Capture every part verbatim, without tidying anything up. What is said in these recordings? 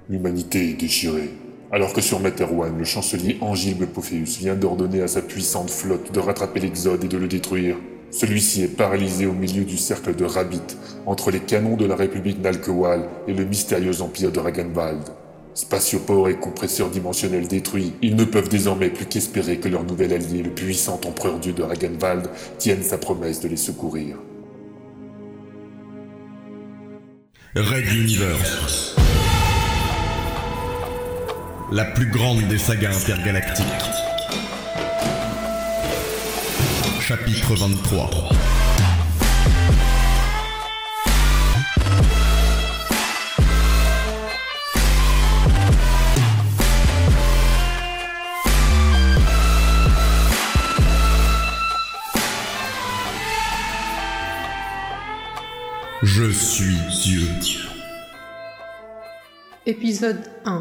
L'humanité est déchirée. Alors que sur Materwan, le chancelier Angilbe Pophéus vient d'ordonner à sa puissante flotte de rattraper l'Exode et de le détruire, celui-ci est paralysé au milieu du cercle de Rabbit, entre les canons de la République Nalkewal et le mystérieux empire de Ragenwald. Spatioport et compresseurs dimensionnels détruits, ils ne peuvent désormais plus qu'espérer que leur nouvel allié, le puissant empereur-dieu de Ragenwald, tienne sa promesse de les secourir. Red Universe. La plus grande des sagas intergalactiques. Chapitre vingt-trois. Je suis Dieu. Épisode un.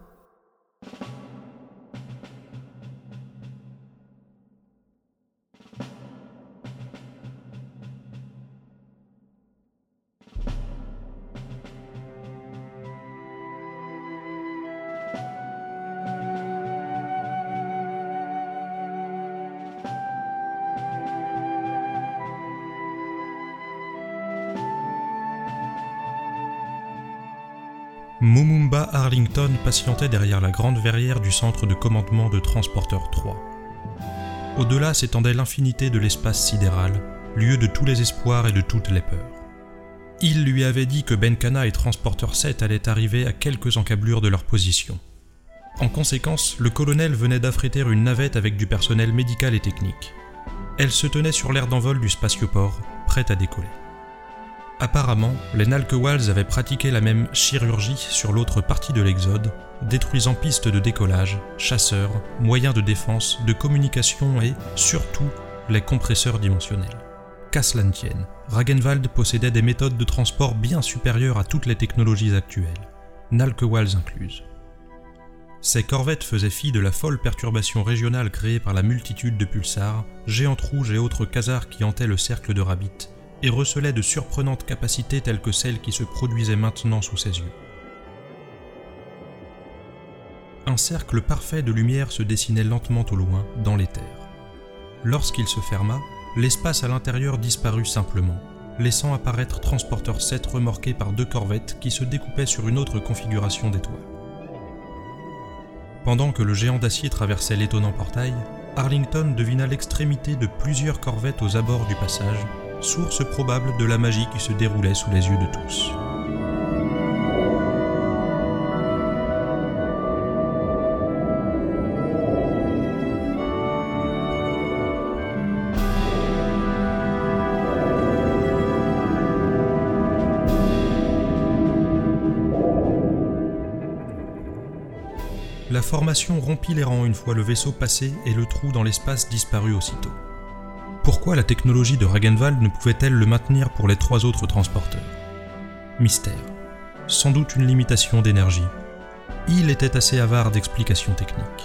Mumumba Arlington patientait derrière la grande verrière du centre de commandement de Transporteur trois. Au-delà s'étendait l'infinité de l'espace sidéral, lieu de tous les espoirs et de toutes les peurs. Il lui avait dit que Benkana et Transporteur sept allaient arriver à quelques encablures de leur position. En conséquence, le colonel venait d'affréter une navette avec du personnel médical et technique. Elle se tenait sur l'aire d'envol du spatioport, prête à décoller. Apparemment, les Nalkewals avaient pratiqué la même chirurgie sur l'autre partie de l'Exode, détruisant pistes de décollage, chasseurs, moyens de défense, de communication et, surtout, les compresseurs dimensionnels. Qu'à cela ne tienne, Ragenwald possédait des méthodes de transport bien supérieures à toutes les technologies actuelles, Nalkewals incluses. Ces corvettes faisaient fi de la folle perturbation régionale créée par la multitude de pulsars, géantes rouges et autres quasars qui hantaient le cercle de Rabbit, et recelait de surprenantes capacités telles que celles qui se produisaient maintenant sous ses yeux. Un cercle parfait de lumière se dessinait lentement au loin, dans l'éther. Lorsqu'il se ferma, l'espace à l'intérieur disparut simplement, laissant apparaître Transporteur sept remorqué par deux corvettes qui se découpaient sur une autre configuration d'étoiles. Pendant que le géant d'acier traversait l'étonnant portail, Arlington devina l'extrémité de plusieurs corvettes aux abords du passage, source probable de la magie qui se déroulait sous les yeux de tous. La formation rompit les rangs une fois le vaisseau passé et le trou dans l'espace disparut aussitôt. Pourquoi la technologie de Ragenwald ne pouvait-elle le maintenir pour les trois autres transporteurs ? Mystère. Sans doute une limitation d'énergie. Il était assez avare d'explications techniques.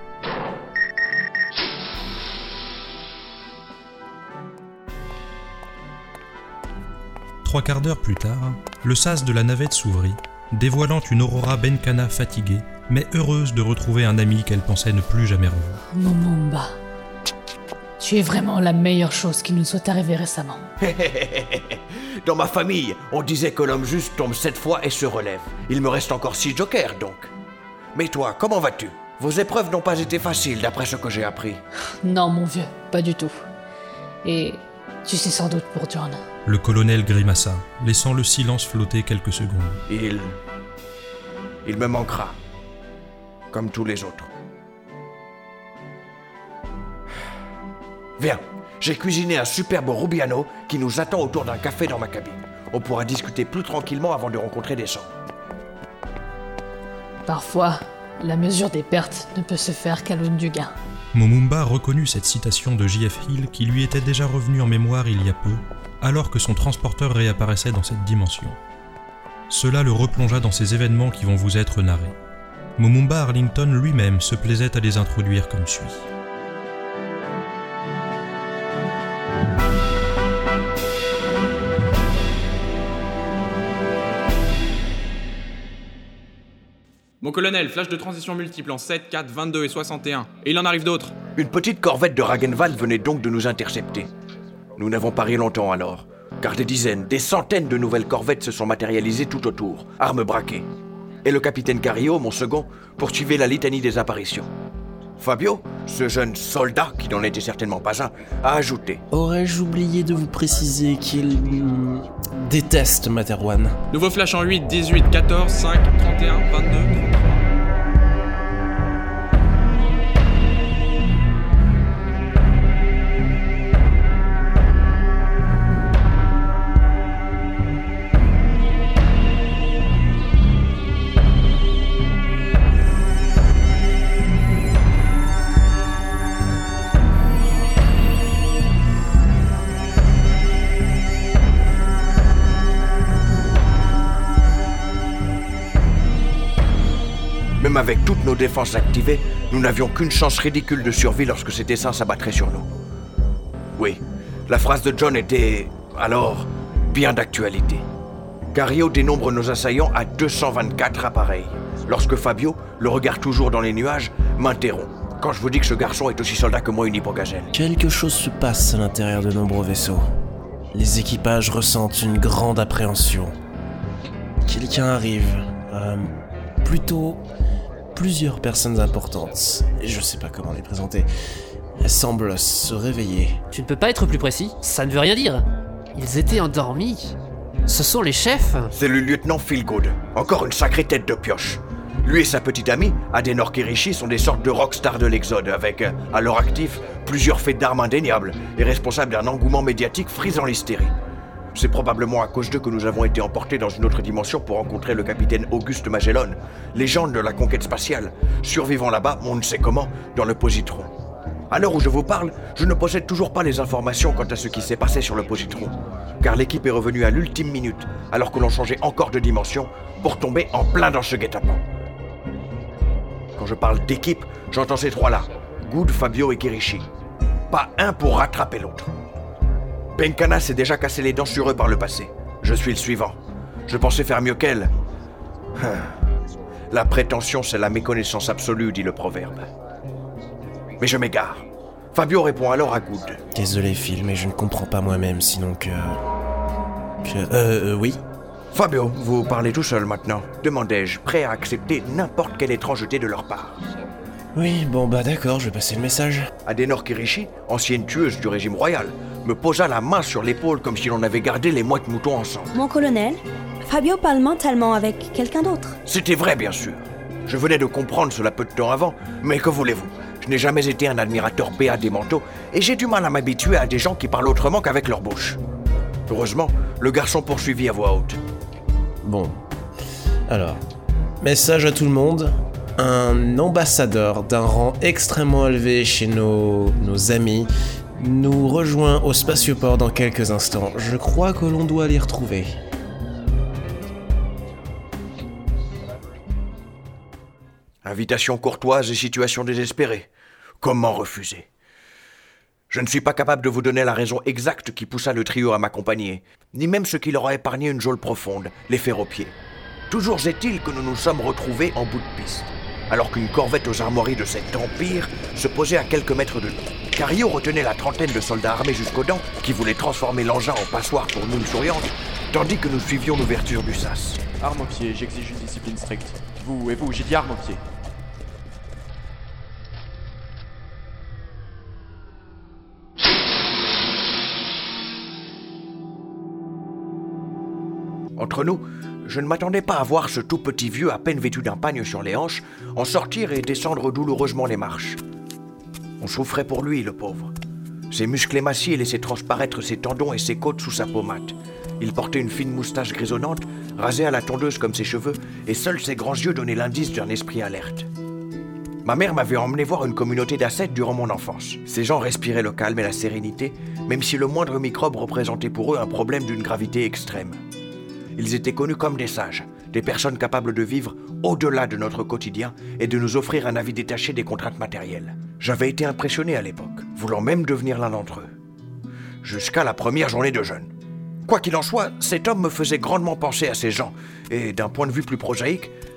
Trois quarts d'heure plus tard, le sas de la navette s'ouvrit, dévoilant une Aurora Benkana fatiguée, mais heureuse de retrouver un ami qu'elle pensait ne plus jamais revoir. Mumumba. Tu es vraiment la meilleure chose qui nous soit arrivée récemment. Dans ma famille, on disait que l'homme juste tombe sept fois et se relève. Il me reste encore six jokers, donc. Mais toi, comment vas-tu ? Vos épreuves n'ont pas été faciles, d'après ce que j'ai appris. Non, mon vieux, pas du tout. Et tu sais sans doute pour John. Le colonel grimaça, laissant le silence flotter quelques secondes. Il... Il me manquera. Comme tous les autres. Viens, j'ai cuisiné un superbe Rubiano qui nous attend autour d'un café dans ma cabine. On pourra discuter plus tranquillement avant de rencontrer des gens. Parfois, la mesure des pertes ne peut se faire qu'à l'aune du gain. Mumumba reconnut cette citation de J F Hill qui lui était déjà revenue en mémoire il y a peu, alors que son transporteur réapparaissait dans cette dimension. Cela le replongea dans ces événements qui vont vous être narrés. Mumumba Arlington lui-même se plaisait à les introduire comme suit. Mon colonel, flash de transition multiple en sept, quatre, vingt-deux et soixante et un. Et il en arrive d'autres. Une petite corvette de Ragenwald venait donc de nous intercepter. Nous n'avons pas ri longtemps alors, car des dizaines, des centaines de nouvelles corvettes se sont matérialisées tout autour, armes braquées. Et le capitaine Carillo, mon second, poursuivait la litanie des apparitions. Fabio, ce jeune soldat, qui n'en était certainement pas un, a ajouté. Aurais-je oublié de vous préciser qu'il hmm, déteste Materwan. Nouveau flash en huit, dix-huit, quatorze, cinq, trente et un, vingt-deux, trente-trois. Même avec toutes nos défenses activées, nous n'avions qu'une chance ridicule de survie lorsque ces dessins s'abattraient sur nous. Oui, la phrase de John était, alors, bien d'actualité. Carillo dénombre nos assaillants à deux cent vingt-quatre appareils, lorsque Fabio, le regard toujours dans les nuages, m'interrompt, quand je vous dis que ce garçon est aussi soldat que moi une hypogazelle. Quelque chose se passe à l'intérieur de nombreux vaisseaux. Les équipages ressentent une grande appréhension. Quelqu'un arrive. Euh, plutôt... Plusieurs personnes importantes, et je sais pas comment les présenter, elles semblent se réveiller. Tu ne peux pas être plus précis, ça ne veut rien dire. Ils étaient endormis. Ce sont les chefs. C'est le lieutenant Feelgood, encore une sacrée tête de pioche. Lui et sa petite amie, Adenor Kirishi, sont des sortes de rockstars de l'Exode, avec, à leur actif, plusieurs faits d'armes indéniables, et responsables d'un engouement médiatique frisant l'hystérie. C'est probablement à cause d'eux que nous avons été emportés dans une autre dimension pour rencontrer le capitaine Auguste Magellan, légende de la conquête spatiale, survivant là-bas, on ne sait comment, dans le positron. À l'heure où je vous parle, je ne possède toujours pas les informations quant à ce qui s'est passé sur le positron, car l'équipe est revenue à l'ultime minute, alors que l'on changeait encore de dimension, pour tomber en plein dans ce guet-apens. Quand je parle d'équipe, j'entends ces trois-là, Good, Fabio et Kirishi. Pas un pour rattraper l'autre. Penkana s'est déjà cassé les dents sur eux par le passé. Je suis le suivant. Je pensais faire mieux qu'elle. La prétention, c'est la méconnaissance absolue, dit le proverbe. Mais je m'égare. Fabio répond alors à Good. Désolé Phil, mais je ne comprends pas moi-même, sinon que... Que... Euh, euh, oui. Fabio, vous parlez tout seul maintenant, demandai-je, prêt à accepter n'importe quelle étrangeté de leur part. Oui, bon bah d'accord, je vais passer le message. Adenor Kirishi, ancienne tueuse du régime royal, me posa la main sur l'épaule comme si l'on avait gardé les mois de moutons ensemble. Mon colonel, Fabio parle mentalement avec quelqu'un d'autre. C'était vrai, bien sûr. Je venais de comprendre cela peu de temps avant, mais que voulez-vous? Je n'ai jamais été un admirateur béat des manteaux, et j'ai du mal à m'habituer à des gens qui parlent autrement qu'avec leur bouche. Heureusement, le garçon poursuivit à voix haute. Bon. Alors, message à tout le monde. Un ambassadeur d'un rang extrêmement élevé chez nos, nos amis nous rejoint au spatioport dans quelques instants. Je crois que l'on doit les retrouver. Invitation courtoise et situation désespérée. Comment refuser? Je ne suis pas capable de vous donner la raison exacte qui poussa le trio à m'accompagner, ni même ce qui leur a épargné une geôle profonde, les faire aux pieds. Toujours est-il que nous nous sommes retrouvés en bout de piste, alors qu'une corvette aux armoiries de cet empire se posait à quelques mètres de nous. Carillo retenait la trentaine de soldats armés jusqu'aux dents qui voulaient transformer l'engin en passoire pour nous souriantes, tandis que nous suivions l'ouverture du sas. Arme au pied, j'exige une discipline stricte. Vous et vous, j'ai dit arme au pied. Entre nous, je ne m'attendais pas à voir ce tout petit vieux à peine vêtu d'un pagne sur les hanches en sortir et descendre douloureusement les marches. On souffrait pour lui, le pauvre. Ses muscles émaciés laissaient transparaître ses tendons et ses côtes sous sa peau mate. Il portait une fine moustache grisonnante, rasée à la tondeuse comme ses cheveux, et seuls ses grands yeux donnaient l'indice d'un esprit alerte. Ma mère m'avait emmené voir une communauté d'ascètes durant mon enfance. Ces gens respiraient le calme et la sérénité, même si le moindre microbe représentait pour eux un problème d'une gravité extrême. Ils étaient connus comme des sages, des personnes capables de vivre au-delà de notre quotidien et de nous offrir un avis détaché des contraintes matérielles. J'avais été impressionné à l'époque, voulant même devenir l'un d'entre eux. Jusqu'à la première journée de jeûne. Quoi qu'il en soit, cet homme me faisait grandement penser à ces gens, et d'un point de vue plus prosaïque,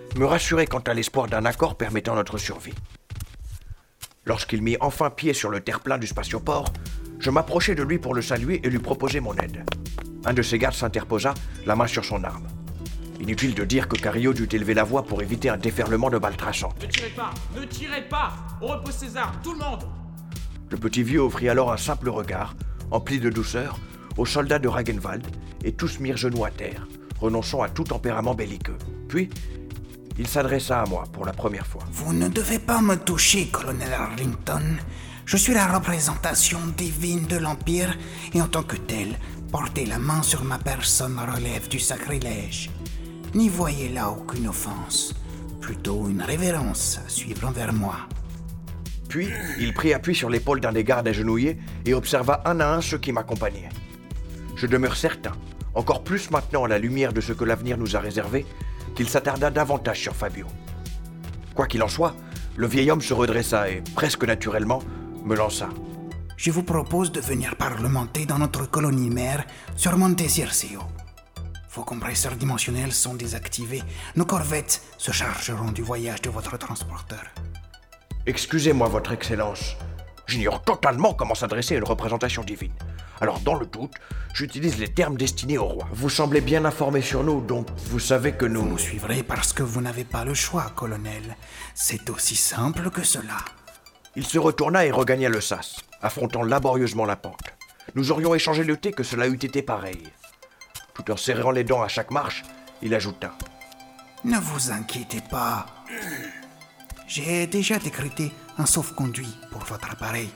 me rassurait quant à l'espoir d'un accord permettant notre survie. Lorsqu'il mit enfin pied sur le terre-plein du spatioport, je m'approchai de lui pour le saluer et lui proposer mon aide. Un de ses gardes s'interposa, la main sur son arme. Inutile de dire que Cario dut élever la voix pour éviter un déferlement de balles traçantes. Ne tirez pas! Ne tirez pas! On repose ses armes, tout le monde! Le petit vieux offrit alors un simple regard, empli de douceur, aux soldats de Ragenwald, et tous mirent genoux à terre, renonçant à tout tempérament belliqueux. Puis, il s'adressa à moi pour la première fois. Vous ne devez pas me toucher, colonel Arlington. Je suis la représentation divine de l'Empire, et en tant que tel, porter la main sur ma personne relève du sacrilège. N'y voyez là aucune offense, plutôt une révérence à suivre envers moi. Puis, il prit appui sur l'épaule d'un des gardes agenouillés et observa un à un ceux qui m'accompagnaient. Je demeure certain, encore plus maintenant à la lumière de ce que l'avenir nous a réservé, qu'il s'attarda davantage sur Fabio. Quoi qu'il en soit, le vieil homme se redressa et, presque naturellement, me lança. Je vous propose de venir parlementer dans notre colonie mère sur Monte Circeo. Vos compresseurs dimensionnels sont désactivés. Nos corvettes se chargeront du voyage de votre transporteur. Excusez-moi, votre Excellence. J'ignore totalement comment s'adresser à une représentation divine. Alors, dans le doute, j'utilise les termes destinés au roi. Vous semblez bien informé sur nous, donc vous savez que nous... Vous nous suivrez parce que vous n'avez pas le choix, colonel. C'est aussi simple que cela. Il se retourna et regagna le sas, affrontant laborieusement la pente. Nous aurions échangé le thé que cela eût été pareil. Tout en serrant les dents à chaque marche, il ajouta. Ne vous inquiétez pas. J'ai déjà décrété un sauf-conduit pour votre appareil.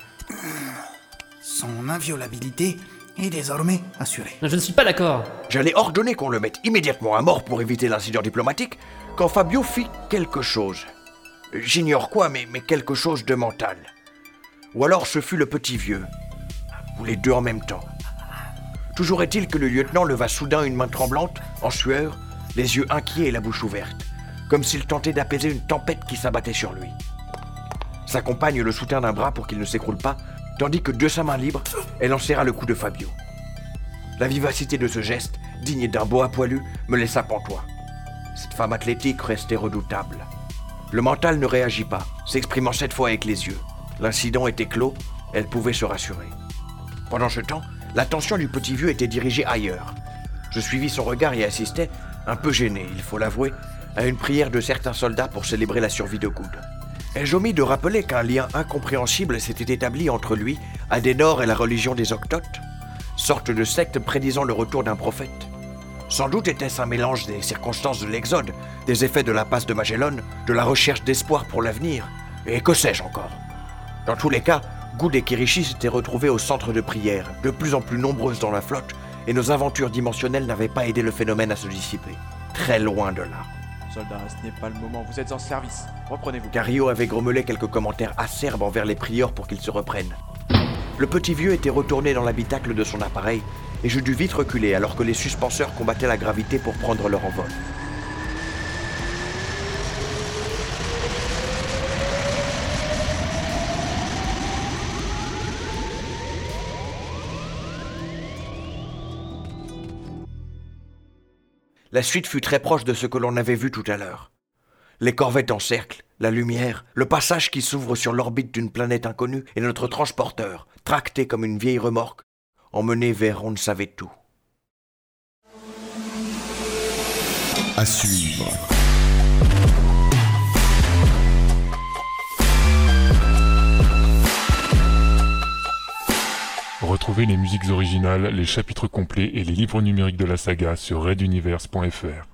Son inviolabilité est désormais assurée. Je ne suis pas d'accord. J'allais ordonner qu'on le mette immédiatement à mort pour éviter l'incident diplomatique, quand Fabio fit quelque chose. J'ignore quoi, mais, mais quelque chose de mental. Ou alors ce fut le petit vieux. Ou les deux en même temps. Toujours est-il que le lieutenant leva soudain une main tremblante, en sueur, les yeux inquiets et la bouche ouverte, comme s'il tentait d'apaiser une tempête qui s'abattait sur lui. Sa compagne le soutint d'un bras pour qu'il ne s'écroule pas, tandis que de sa main libre, elle enserra le cou de Fabio. La vivacité de ce geste, digne d'un boa poilu, me laissa pantois. Cette femme athlétique restait redoutable. Le mental ne réagit pas, s'exprimant cette fois avec les yeux. L'incident était clos, elle pouvait se rassurer. Pendant ce temps, l'attention du petit vieux était dirigée ailleurs. Je suivis son regard et assistais, un peu gêné, il faut l'avouer, à une prière de certains soldats pour célébrer la survie de Good. Ai-je omis de rappeler qu'un lien incompréhensible s'était établi entre lui, Adenor et la religion des Octotes, sorte de secte prédisant le retour d'un prophète. Sans doute était-ce un mélange des circonstances de l'Exode, des effets de la passe de Magellan, de la recherche d'espoir pour l'avenir, et que sais-je encore. Dans tous les cas, Good et Kirishi s'étaient retrouvés au centre de prière, de plus en plus nombreuses dans la flotte, et nos aventures dimensionnelles n'avaient pas aidé le phénomène à se dissiper. Très loin de là. Soldats, ce n'est pas le moment, vous êtes en service. Reprenez-vous. Cario avait grommelé quelques commentaires acerbes envers les prieurs pour qu'ils se reprennent. Le petit vieux était retourné dans l'habitacle de son appareil, et je dus vite reculer alors que les suspenseurs combattaient la gravité pour prendre leur envol. La suite fut très proche de ce que l'on avait vu tout à l'heure. Les corvettes en cercle, la lumière, le passage qui s'ouvre sur l'orbite d'une planète inconnue et notre transporteur, tracté comme une vieille remorque, emmené vers on ne savait où. À suivre. Retrouvez les musiques originales, les chapitres complets et les livres numériques de la saga sur red universe point f r.